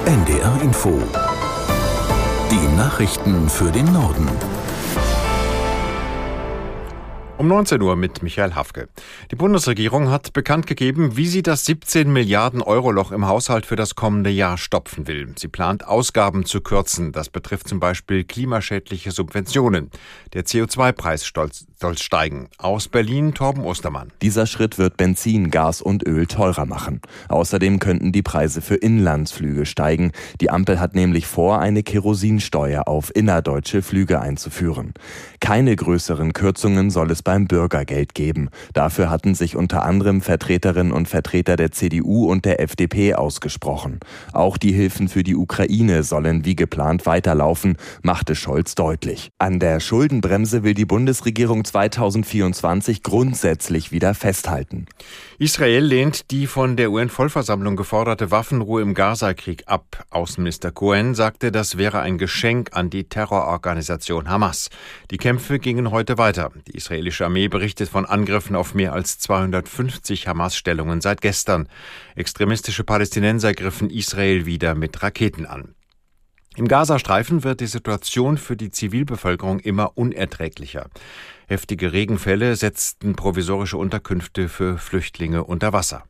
NDR Info. Die Nachrichten für den Norden. Um 19 Uhr mit Michael Hafke. Die Bundesregierung hat bekannt gegeben, wie sie das 17 Milliarden Euro Loch im Haushalt für das kommende Jahr stopfen will. Sie plant, Ausgaben zu kürzen. Das betrifft zum Beispiel klimaschädliche Subventionen. Der CO2-Preis soll steigen. Aus Berlin Torben Ostermann. Dieser Schritt wird Benzin, Gas und Öl teurer machen. Außerdem könnten die Preise für Inlandsflüge steigen. Die Ampel hat nämlich vor, eine Kerosinsteuer auf innerdeutsche Flüge einzuführen. Keine größeren Kürzungen soll es beim Bürgergeld geben. Dafür hatten sich unter anderem Vertreterinnen und Vertreter der CDU und der FDP ausgesprochen. Auch die Hilfen für die Ukraine sollen wie geplant weiterlaufen, machte Scholz deutlich. An der Schuldenbremse will die Bundesregierung 2024 grundsätzlich wieder festhalten. Israel lehnt die von der UN-Vollversammlung geforderte Waffenruhe im Gaza-Krieg ab. Außenminister Cohen sagte, das wäre ein Geschenk an die Terrororganisation Hamas. Die Kämpfe gingen heute weiter. Die israelische Armee berichtet von Angriffen auf mehr als 250 Hamas-Stellungen seit gestern. Extremistische Palästinenser griffen Israel wieder mit Raketen an. Im Gazastreifen wird die Situation für die Zivilbevölkerung immer unerträglicher. Heftige Regenfälle setzten provisorische Unterkünfte für Flüchtlinge unter Wasser.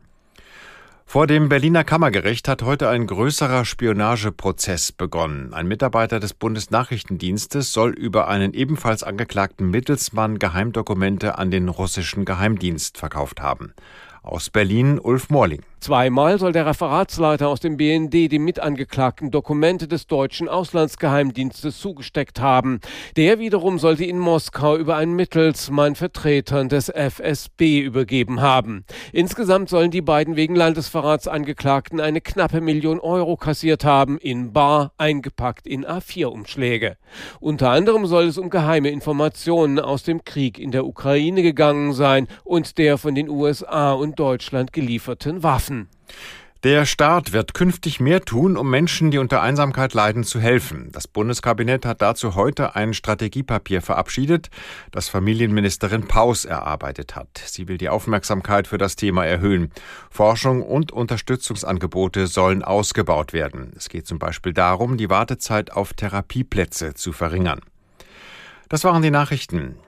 Vor dem Berliner Kammergericht hat heute ein größerer Spionageprozess begonnen. Ein Mitarbeiter des Bundesnachrichtendienstes soll über einen ebenfalls angeklagten Mittelsmann Geheimdokumente an den russischen Geheimdienst verkauft haben. Aus Berlin Ulf Morling. Zweimal soll der Referatsleiter aus dem BND die Mitangeklagten Dokumente des deutschen Auslandsgeheimdienstes zugesteckt haben. Der wiederum soll sie in Moskau über einen Mittelsmann Vertretern des FSB übergeben haben. Insgesamt sollen die beiden wegen Landesverrats Angeklagten eine knappe Million Euro kassiert haben, in bar, eingepackt in A4-Umschläge. Unter anderem soll es um geheime Informationen aus dem Krieg in der Ukraine gegangen sein und der von den USA und Deutschland gelieferten Waffen. Der Staat wird künftig mehr tun, um Menschen, die unter Einsamkeit leiden, zu helfen. Das Bundeskabinett hat dazu heute ein Strategiepapier verabschiedet, das Familienministerin Paus erarbeitet hat. Sie will die Aufmerksamkeit für das Thema erhöhen. Forschung und Unterstützungsangebote sollen ausgebaut werden. Es geht zum Beispiel darum, die Wartezeit auf Therapieplätze zu verringern. Das waren die Nachrichten.